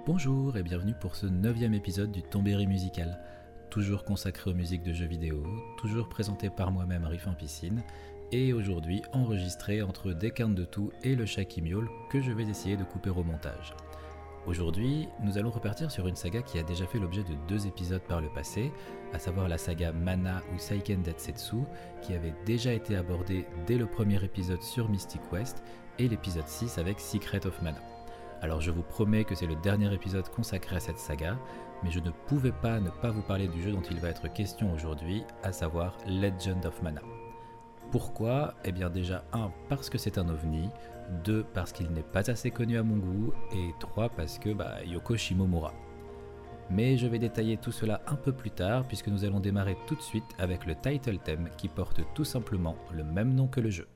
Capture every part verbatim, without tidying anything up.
Bonjour et bienvenue pour ce neuvième épisode du Tombéry musical, toujours consacré aux musiques de jeux vidéo, toujours présenté par moi-même Riff en piscine, et aujourd'hui enregistré entre des quintes de tout et le chat qui miaule que je vais essayer de couper au montage. Aujourd'hui, nous allons repartir sur une saga qui a déjà fait l'objet de deux épisodes par le passé, à savoir la saga Mana ou Seiken Densetsu, qui avait déjà été abordée dès le premier épisode sur Mystic West, et l'épisode six avec Secret of Mana. Alors je vous promets que c'est le dernier épisode consacré à cette saga, mais je ne pouvais pas ne pas vous parler du jeu dont il va être question aujourd'hui, à savoir Legend of Mana. Pourquoi ? Eh bien déjà un, parce que c'est un ovni, deux, parce qu'il n'est pas assez connu à mon goût, et trois, parce que bah, Yoko Shimomura. Mais je vais détailler tout cela un peu plus tard, puisque nous allons démarrer tout de suite avec le title theme qui porte tout simplement le même nom que le jeu.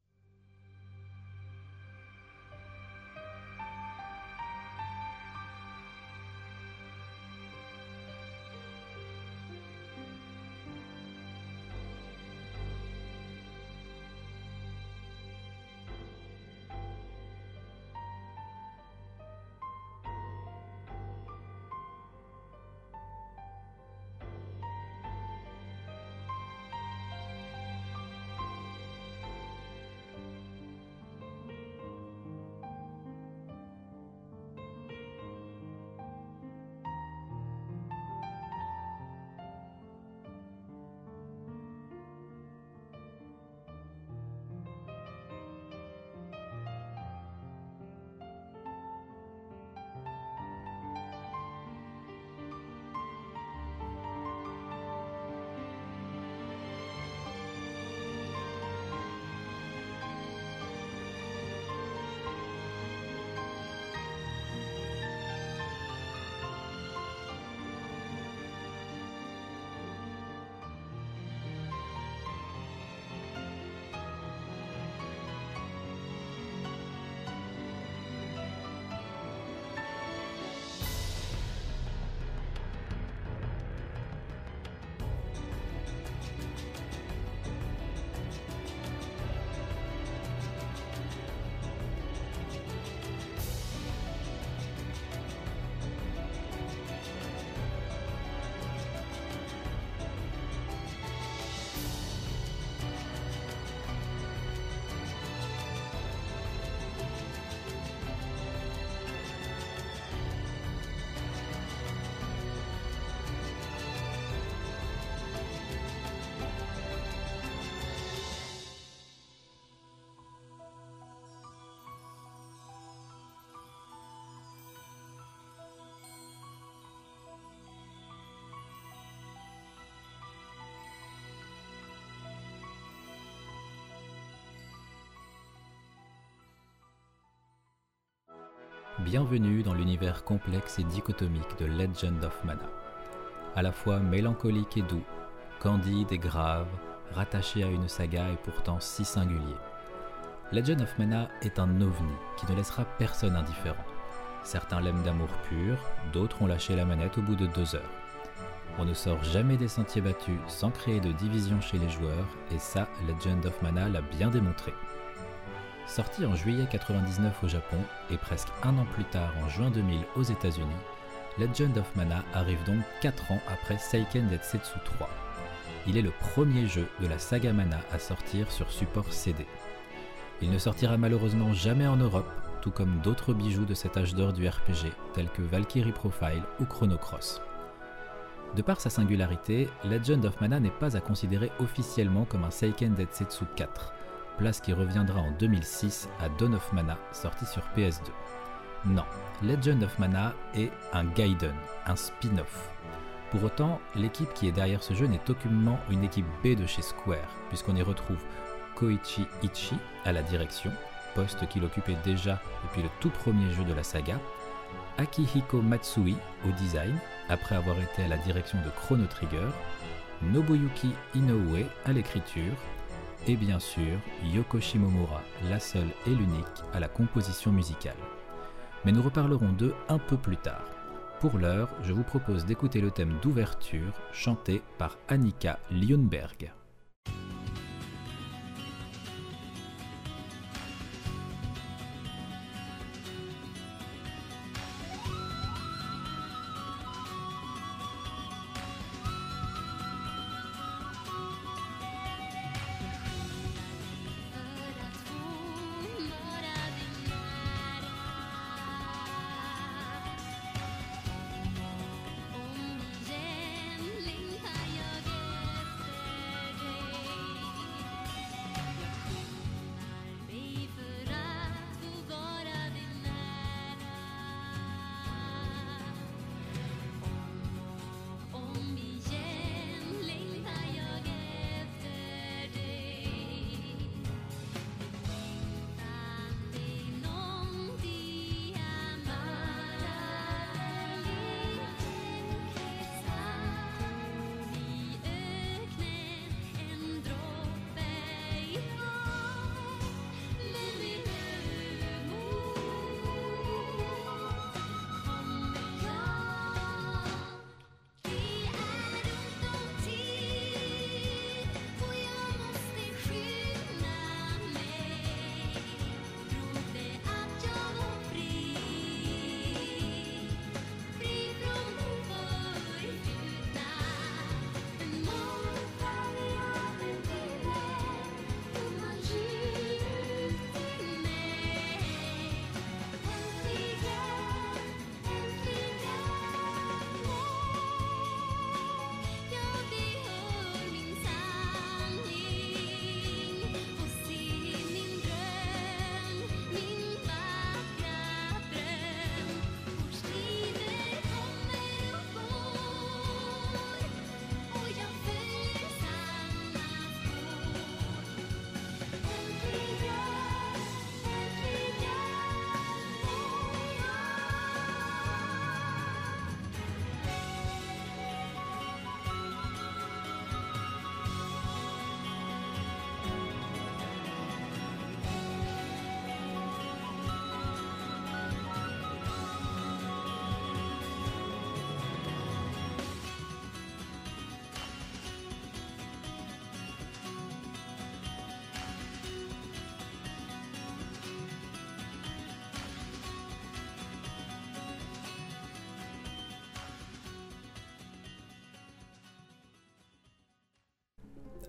Bienvenue dans l'univers complexe et dichotomique de Legend of Mana. À la fois mélancolique et doux, candide et grave, rattaché à une saga et pourtant si singulier. Legend of Mana est un ovni qui ne laissera personne indifférent. Certains l'aiment d'amour pur, d'autres ont lâché la manette au bout de deux heures. On ne sort jamais des sentiers battus sans créer de division chez les joueurs, et ça, Legend of Mana l'a bien démontré. Sorti en juillet quatre-vingt-dix-neuf au Japon et presque un an plus tard en juin deux mille aux États-Unis, Legend of Mana arrive donc quatre ans après Seiken Densetsu trois. Il est le premier jeu de la saga Mana à sortir sur support C D. Il ne sortira malheureusement jamais en Europe, tout comme d'autres bijoux de cet âge d'or du R P G tels que Valkyrie Profile ou Chrono Cross. De par sa singularité, Legend of Mana n'est pas à considérer officiellement comme un Seiken Densetsu quatre, place qui reviendra en deux mille six à Dawn of Mana, sorti sur P S deux. Non, Legend of Mana est un Gaiden, un spin-off. Pour autant, l'équipe qui est derrière ce jeu n'est aucunement une équipe B de chez Square, puisqu'on y retrouve Koichi Ichi à la direction, poste qu'il occupait déjà depuis le tout premier jeu de la saga, Akihiko Matsui au design, après avoir été à la direction de Chrono Trigger, Nobuyuki Inoue à l'écriture, et bien sûr Yoko Shimomura, la seule et l'unique à la composition musicale. Mais nous reparlerons d'eux un peu plus tard. Pour l'heure, je vous propose d'écouter le thème d'ouverture chanté par Annika Ljungberg.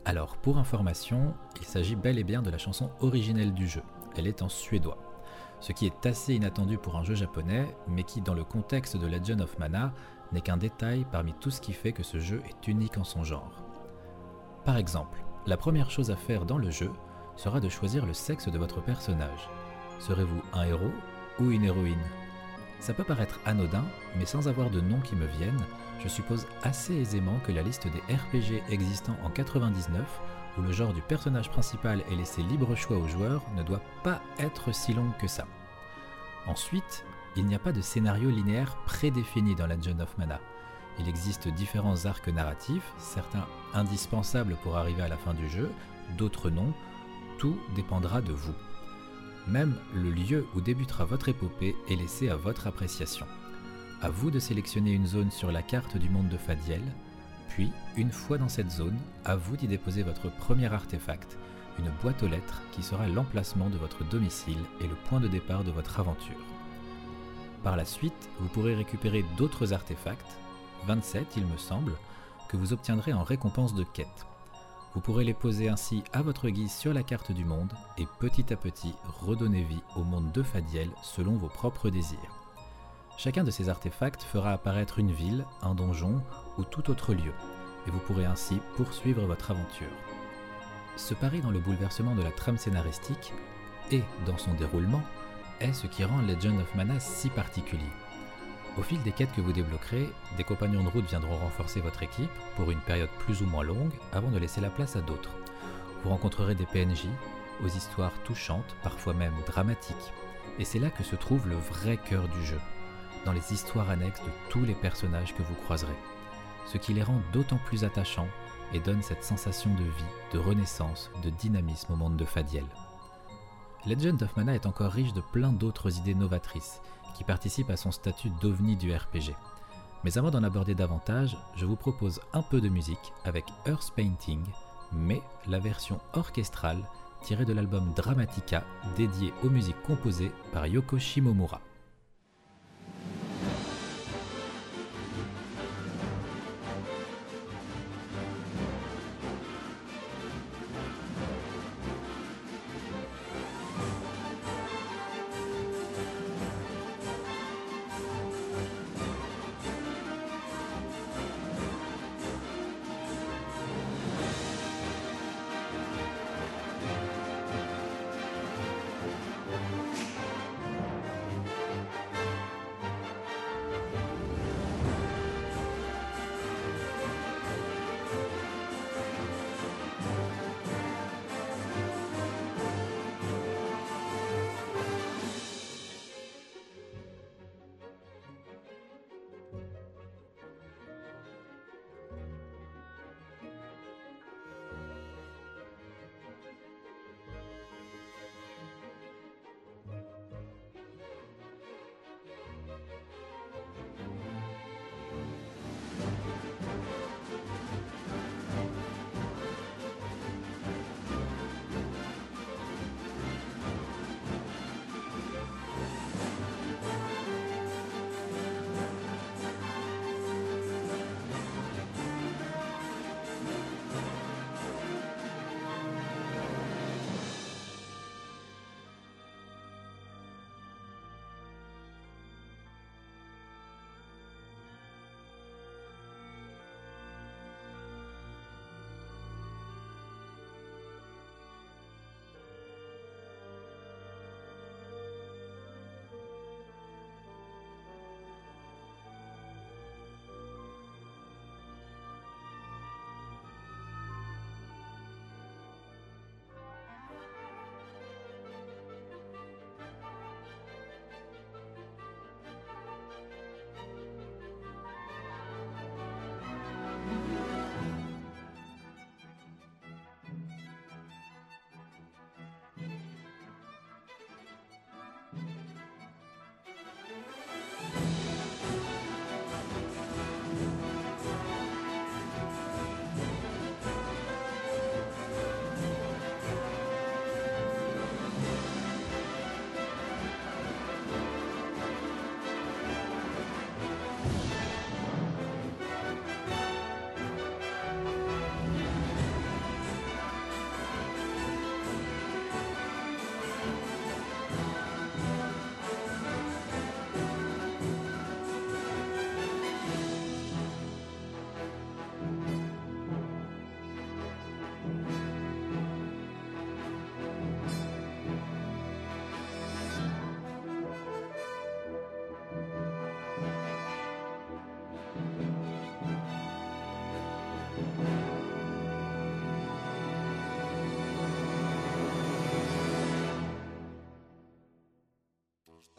Alors, pour information, il s'agit bel et bien de la chanson originelle du jeu. Elle est en suédois. Ce qui est assez inattendu pour un jeu japonais, mais qui, dans le contexte de Legend of Mana, n'est qu'un détail parmi tout ce qui fait que ce jeu est unique en son genre. Par exemple, la première chose à faire dans le jeu sera de choisir le sexe de votre personnage. Serez-vous un héros ou une héroïne? Ça peut paraître anodin, mais sans avoir de nom qui me vienne, je suppose assez aisément que la liste des R P G existants en quatre-vingt-dix-neuf, où le genre du personnage principal est laissé libre choix aux joueurs, ne doit pas être si longue que ça. Ensuite, il n'y a pas de scénario linéaire prédéfini dans Legend of Mana. Il existe différents arcs narratifs, certains indispensables pour arriver à la fin du jeu, d'autres non, tout dépendra de vous. Même le lieu où débutera votre épopée est laissé à votre appréciation. À vous de sélectionner une zone sur la carte du monde de Fadiel, puis, une fois dans cette zone, à vous d'y déposer votre premier artefact, une boîte aux lettres qui sera l'emplacement de votre domicile et le point de départ de votre aventure. Par la suite, vous pourrez récupérer d'autres artefacts, vingt-sept il me semble, que vous obtiendrez en récompense de quête. Vous pourrez les poser ainsi à votre guise sur la carte du monde et petit à petit redonner vie au monde de Fadiel selon vos propres désirs. Chacun de ces artefacts fera apparaître une ville, un donjon ou tout autre lieu, et vous pourrez ainsi poursuivre votre aventure. Ce pari dans le bouleversement de la trame scénaristique et dans son déroulement est ce qui rend Legend of Mana si particulier. Au fil des quêtes que vous débloquerez, des compagnons de route viendront renforcer votre équipe pour une période plus ou moins longue avant de laisser la place à d'autres. Vous rencontrerez des P N J aux histoires touchantes, parfois même dramatiques, et c'est là que se trouve le vrai cœur du jeu, dans les histoires annexes de tous les personnages que vous croiserez, ce qui les rend d'autant plus attachants et donne cette sensation de vie, de renaissance, de dynamisme au monde de Fadiel. Legend of Mana est encore riche de plein d'autres idées novatrices, qui participent à son statut d'ovni du R P G. Mais avant d'en aborder davantage, je vous propose un peu de musique avec Earth Painting, mais la version orchestrale tirée de l'album Dramatica dédié aux musiques composées par Yoko Shimomura.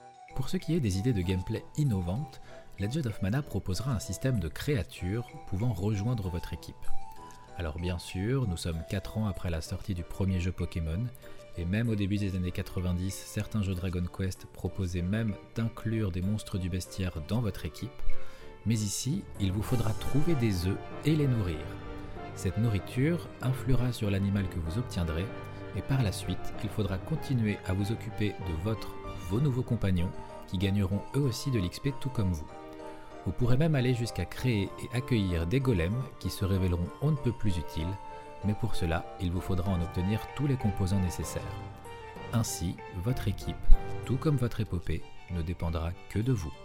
Pour ce qui est des idées de gameplay innovantes, Legend of Mana proposera un système de créatures pouvant rejoindre votre équipe. Alors bien sûr, nous sommes quatre ans après la sortie du premier jeu Pokémon, et même au début des années quatre-vingt-dix, certains jeux Dragon Quest proposaient même d'inclure des monstres du bestiaire dans votre équipe, mais ici, il vous faudra trouver des œufs et les nourrir. Cette nourriture influera sur l'animal que vous obtiendrez, et par la suite, il faudra continuer à vous occuper de votre, vos nouveaux compagnons, qui gagneront eux aussi de l'X P tout comme vous. Vous pourrez même aller jusqu'à créer et accueillir des golems qui se révéleront on ne peut plus utiles, mais pour cela, il vous faudra en obtenir tous les composants nécessaires. Ainsi, votre équipe, tout comme votre épopée, ne dépendra que de vous.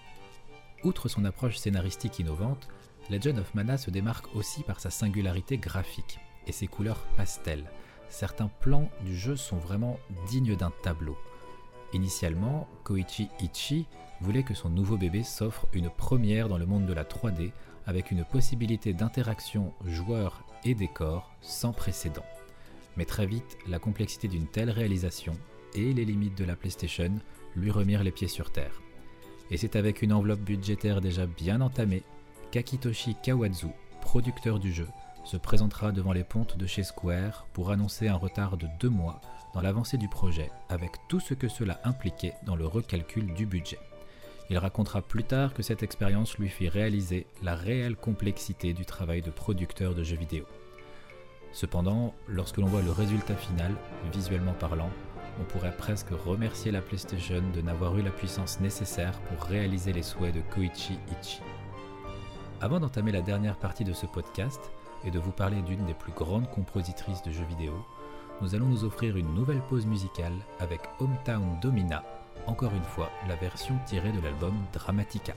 Outre son approche scénaristique innovante, Legend of Mana se démarque aussi par sa singularité graphique et ses couleurs pastel. Certains plans du jeu sont vraiment dignes d'un tableau. Initialement, Koichi Ichi voulait que son nouveau bébé s'offre une première dans le monde de la trois D avec une possibilité d'interaction joueur et décor sans précédent. Mais très vite, la complexité d'une telle réalisation et les limites de la PlayStation lui remirent les pieds sur terre. Et c'est avec une enveloppe budgétaire déjà bien entamée qu'Akitoshi Kawazu, producteur du jeu, se présentera devant les pontes de chez Square pour annoncer un retard de deux mois dans l'avancée du projet, avec tout ce que cela impliquait dans le recalcul du budget. Il racontera plus tard que cette expérience lui fit réaliser la réelle complexité du travail de producteur de jeux vidéo. Cependant, lorsque l'on voit le résultat final, visuellement parlant, on pourrait presque remercier la PlayStation de n'avoir eu la puissance nécessaire pour réaliser les souhaits de Koichi Ichi. Avant d'entamer la dernière partie de ce podcast et de vous parler d'une des plus grandes compositrices de jeux vidéo, nous allons nous offrir une nouvelle pause musicale avec Hometown Domina, encore une fois la version tirée de l'album Dramatica.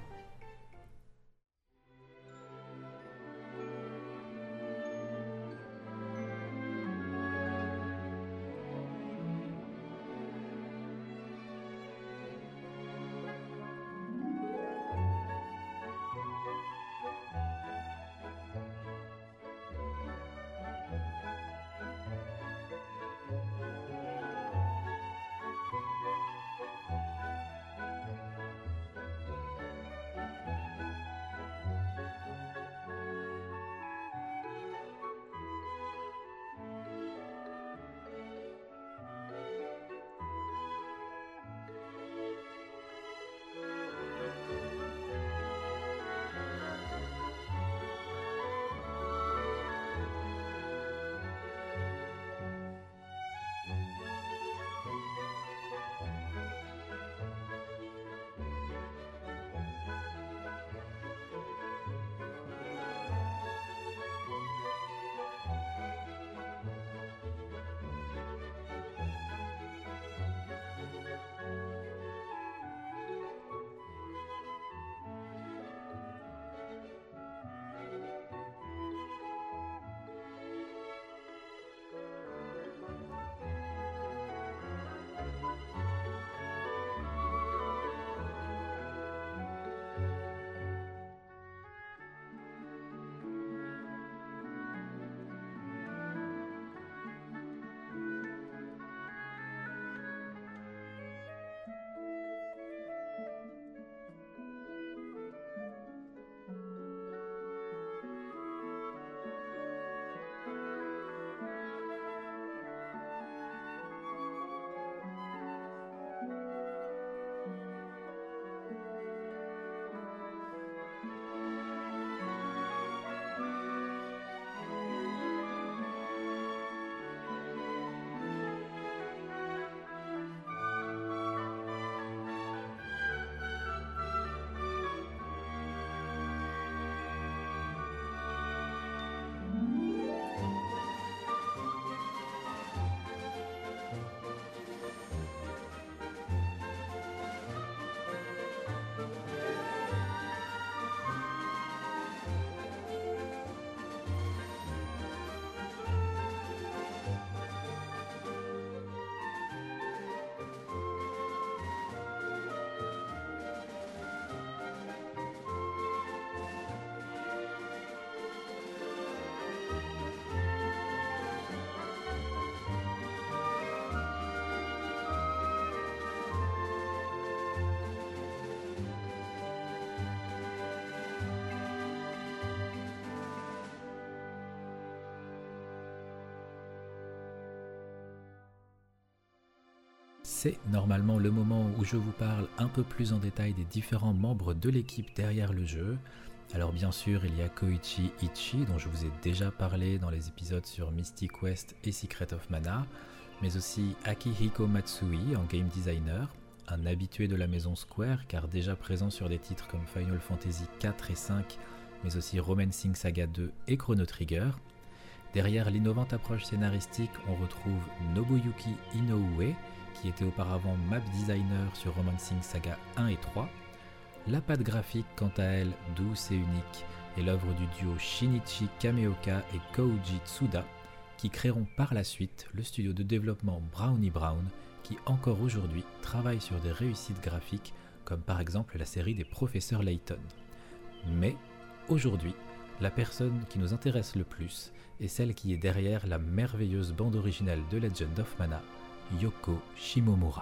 c'est normalement le moment où je vous parle un peu plus en détail des différents membres de l'équipe derrière le jeu. Alors bien sûr, il y a Koichi Ichi, dont je vous ai déjà parlé dans les épisodes sur Mystic West et Secret of Mana, mais aussi Akihiko Matsui en game designer, un habitué de la maison Square car déjà présent sur des titres comme Final Fantasy quatre et cinq, mais aussi Romancing Saga deux et Chrono Trigger. Derrière l'innovante approche scénaristique, on retrouve Nobuyuki Inoue, qui était auparavant map designer sur Romancing Saga un et trois. La patte graphique, quant à elle, douce et unique, est l'œuvre du duo Shinichi Kameoka et Kouji Tsuda, qui créeront par la suite le studio de développement Brownie Brown, qui encore aujourd'hui travaille sur des réussites graphiques, comme par exemple la série des Professeurs Layton. Mais, aujourd'hui, la personne qui nous intéresse le plus est celle qui est derrière la merveilleuse bande originale de Legend of Mana, Yoko Shimomura.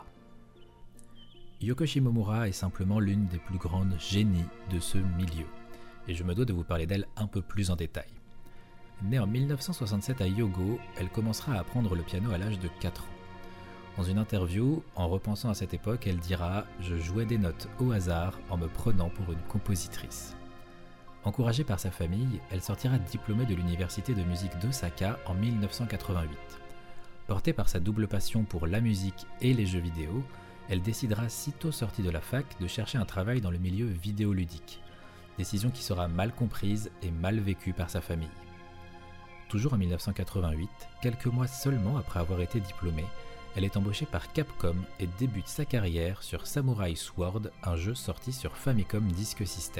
Yoko Shimomura est simplement l'une des plus grandes génies de ce milieu, et je me dois de vous parler d'elle un peu plus en détail. Née en mille neuf cent soixante-sept à Hyogo, elle commencera à apprendre le piano à l'âge de quatre ans. Dans une interview, en repensant à cette époque, elle dira « Je jouais des notes au hasard en me prenant pour une compositrice ». Encouragée par sa famille, elle sortira diplômée de l'université de musique d'Osaka en mille neuf cent quatre-vingt-huit. Portée par sa double passion pour la musique et les jeux vidéo, elle décidera sitôt sortie de la fac de chercher un travail dans le milieu vidéoludique, décision qui sera mal comprise et mal vécue par sa famille. Toujours en mille neuf cent quatre-vingt-huit, quelques mois seulement après avoir été diplômée, elle est embauchée par Capcom et débute sa carrière sur Samurai Sword, un jeu sorti sur Famicom Disk System.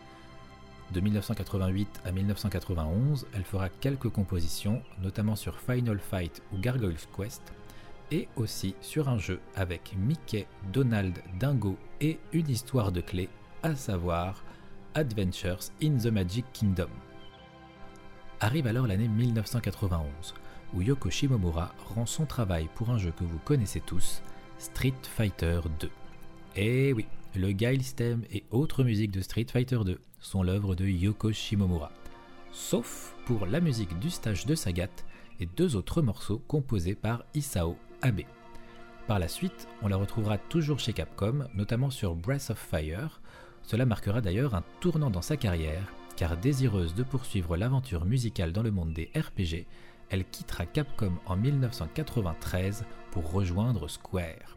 De mille neuf cent quatre-vingt-huit à mille neuf cent quatre-vingt-onze, elle fera quelques compositions, notamment sur Final Fight ou Gargoyle's Quest, et aussi sur un jeu avec Mickey, Donald, Dingo et une histoire de clé, à savoir Adventures in the Magic Kingdom. Arrive alors l'année mille neuf cent quatre-vingt-onze, où Yoko Shimomura rend son travail pour un jeu que vous connaissez tous, Street Fighter deux. Et oui, le Guile Theme et autres musiques de Street Fighter deux sont l'œuvre de Yoko Shimomura, sauf pour la musique du stage de Sagat et deux autres morceaux composés par Isao Abe. Par la suite, on la retrouvera toujours chez Capcom, notamment sur Breath of Fire. Cela marquera d'ailleurs un tournant dans sa carrière, car désireuse de poursuivre l'aventure musicale dans le monde des R P G, elle quittera Capcom en mille neuf cent quatre-vingt-treize pour rejoindre Square.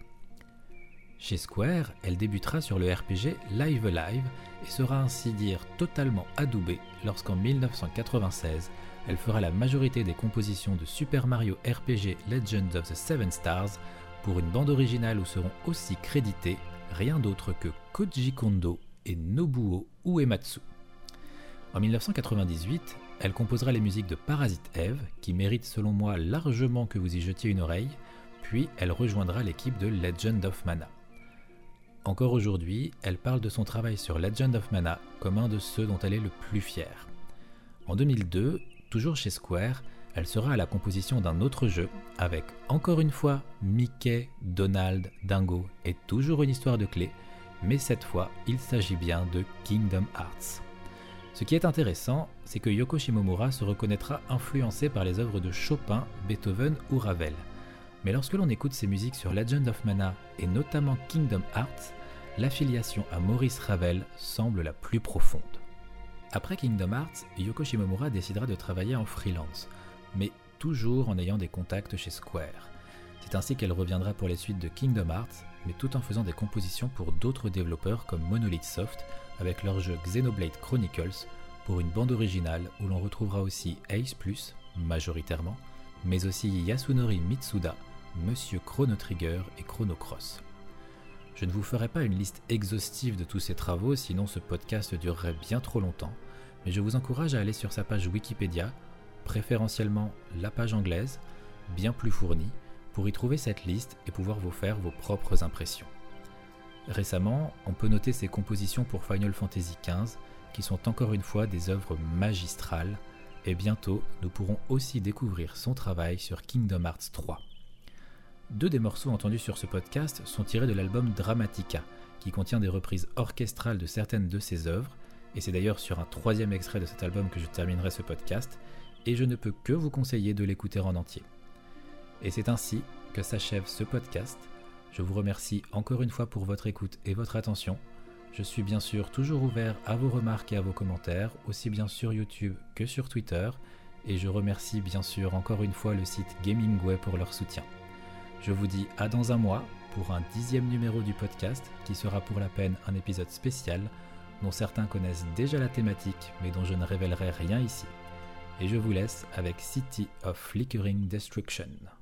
Chez Square, elle débutera sur le R P G Live Alive et sera ainsi dire totalement adoubée lorsqu'en mille neuf cent quatre-vingt-seize, elle fera la majorité des compositions de Super Mario R P G Legend of the Seven Stars pour une bande originale où seront aussi crédités rien d'autre que Koji Kondo et Nobuo Uematsu. En mille neuf cent quatre-vingt-dix-huit, elle composera les musiques de Parasite Eve, qui méritent selon moi largement que vous y jetiez une oreille, puis elle rejoindra l'équipe de Legend of Mana. Encore aujourd'hui, elle parle de son travail sur Legend of Mana comme un de ceux dont elle est le plus fière. En deux mille deux, toujours chez Square, elle sera à la composition d'un autre jeu avec, encore une fois, Mickey, Donald, Dingo et toujours une histoire de clé, mais cette fois, il s'agit bien de Kingdom Hearts. Ce qui est intéressant, c'est que Yoko Shimomura se reconnaîtra influencée par les œuvres de Chopin, Beethoven ou Ravel. Mais lorsque l'on écoute ses musiques sur Legend of Mana et notamment Kingdom Hearts, l'affiliation à Maurice Ravel semble la plus profonde. Après Kingdom Hearts, Yoko Shimomura décidera de travailler en freelance, mais toujours en ayant des contacts chez Square. C'est ainsi qu'elle reviendra pour les suites de Kingdom Hearts, mais tout en faisant des compositions pour d'autres développeurs comme Monolith Soft, avec leur jeu Xenoblade Chronicles, pour une bande originale où l'on retrouvera aussi Ace Plus, majoritairement, mais aussi Yasunori Mitsuda, Monsieur Chrono Trigger et Chrono Cross. Je ne vous ferai pas une liste exhaustive de tous ces travaux, sinon ce podcast durerait bien trop longtemps, mais je vous encourage à aller sur sa page Wikipédia, préférentiellement la page anglaise, bien plus fournie, pour y trouver cette liste et pouvoir vous faire vos propres impressions. Récemment, on peut noter ses compositions pour Final Fantasy quinze, qui sont encore une fois des œuvres magistrales, et bientôt nous pourrons aussi découvrir son travail sur Kingdom Hearts trois. Deux des morceaux entendus sur ce podcast sont tirés de l'album Dramatica, qui contient des reprises orchestrales de certaines de ses œuvres, et c'est d'ailleurs sur un troisième extrait de cet album que je terminerai ce podcast, et je ne peux que vous conseiller de l'écouter en entier. Et c'est ainsi que s'achève ce podcast. Je vous remercie encore une fois pour votre écoute et votre attention. Je suis bien sûr toujours ouvert à vos remarques et à vos commentaires, aussi bien sur YouTube que sur Twitter, et je remercie bien sûr encore une fois le site Gamingway pour leur soutien. Je vous dis à dans un mois pour un dixième numéro du podcast qui sera pour la peine un épisode spécial dont certains connaissent déjà la thématique mais dont je ne révélerai rien ici. Et je vous laisse avec City of Flickering Destruction.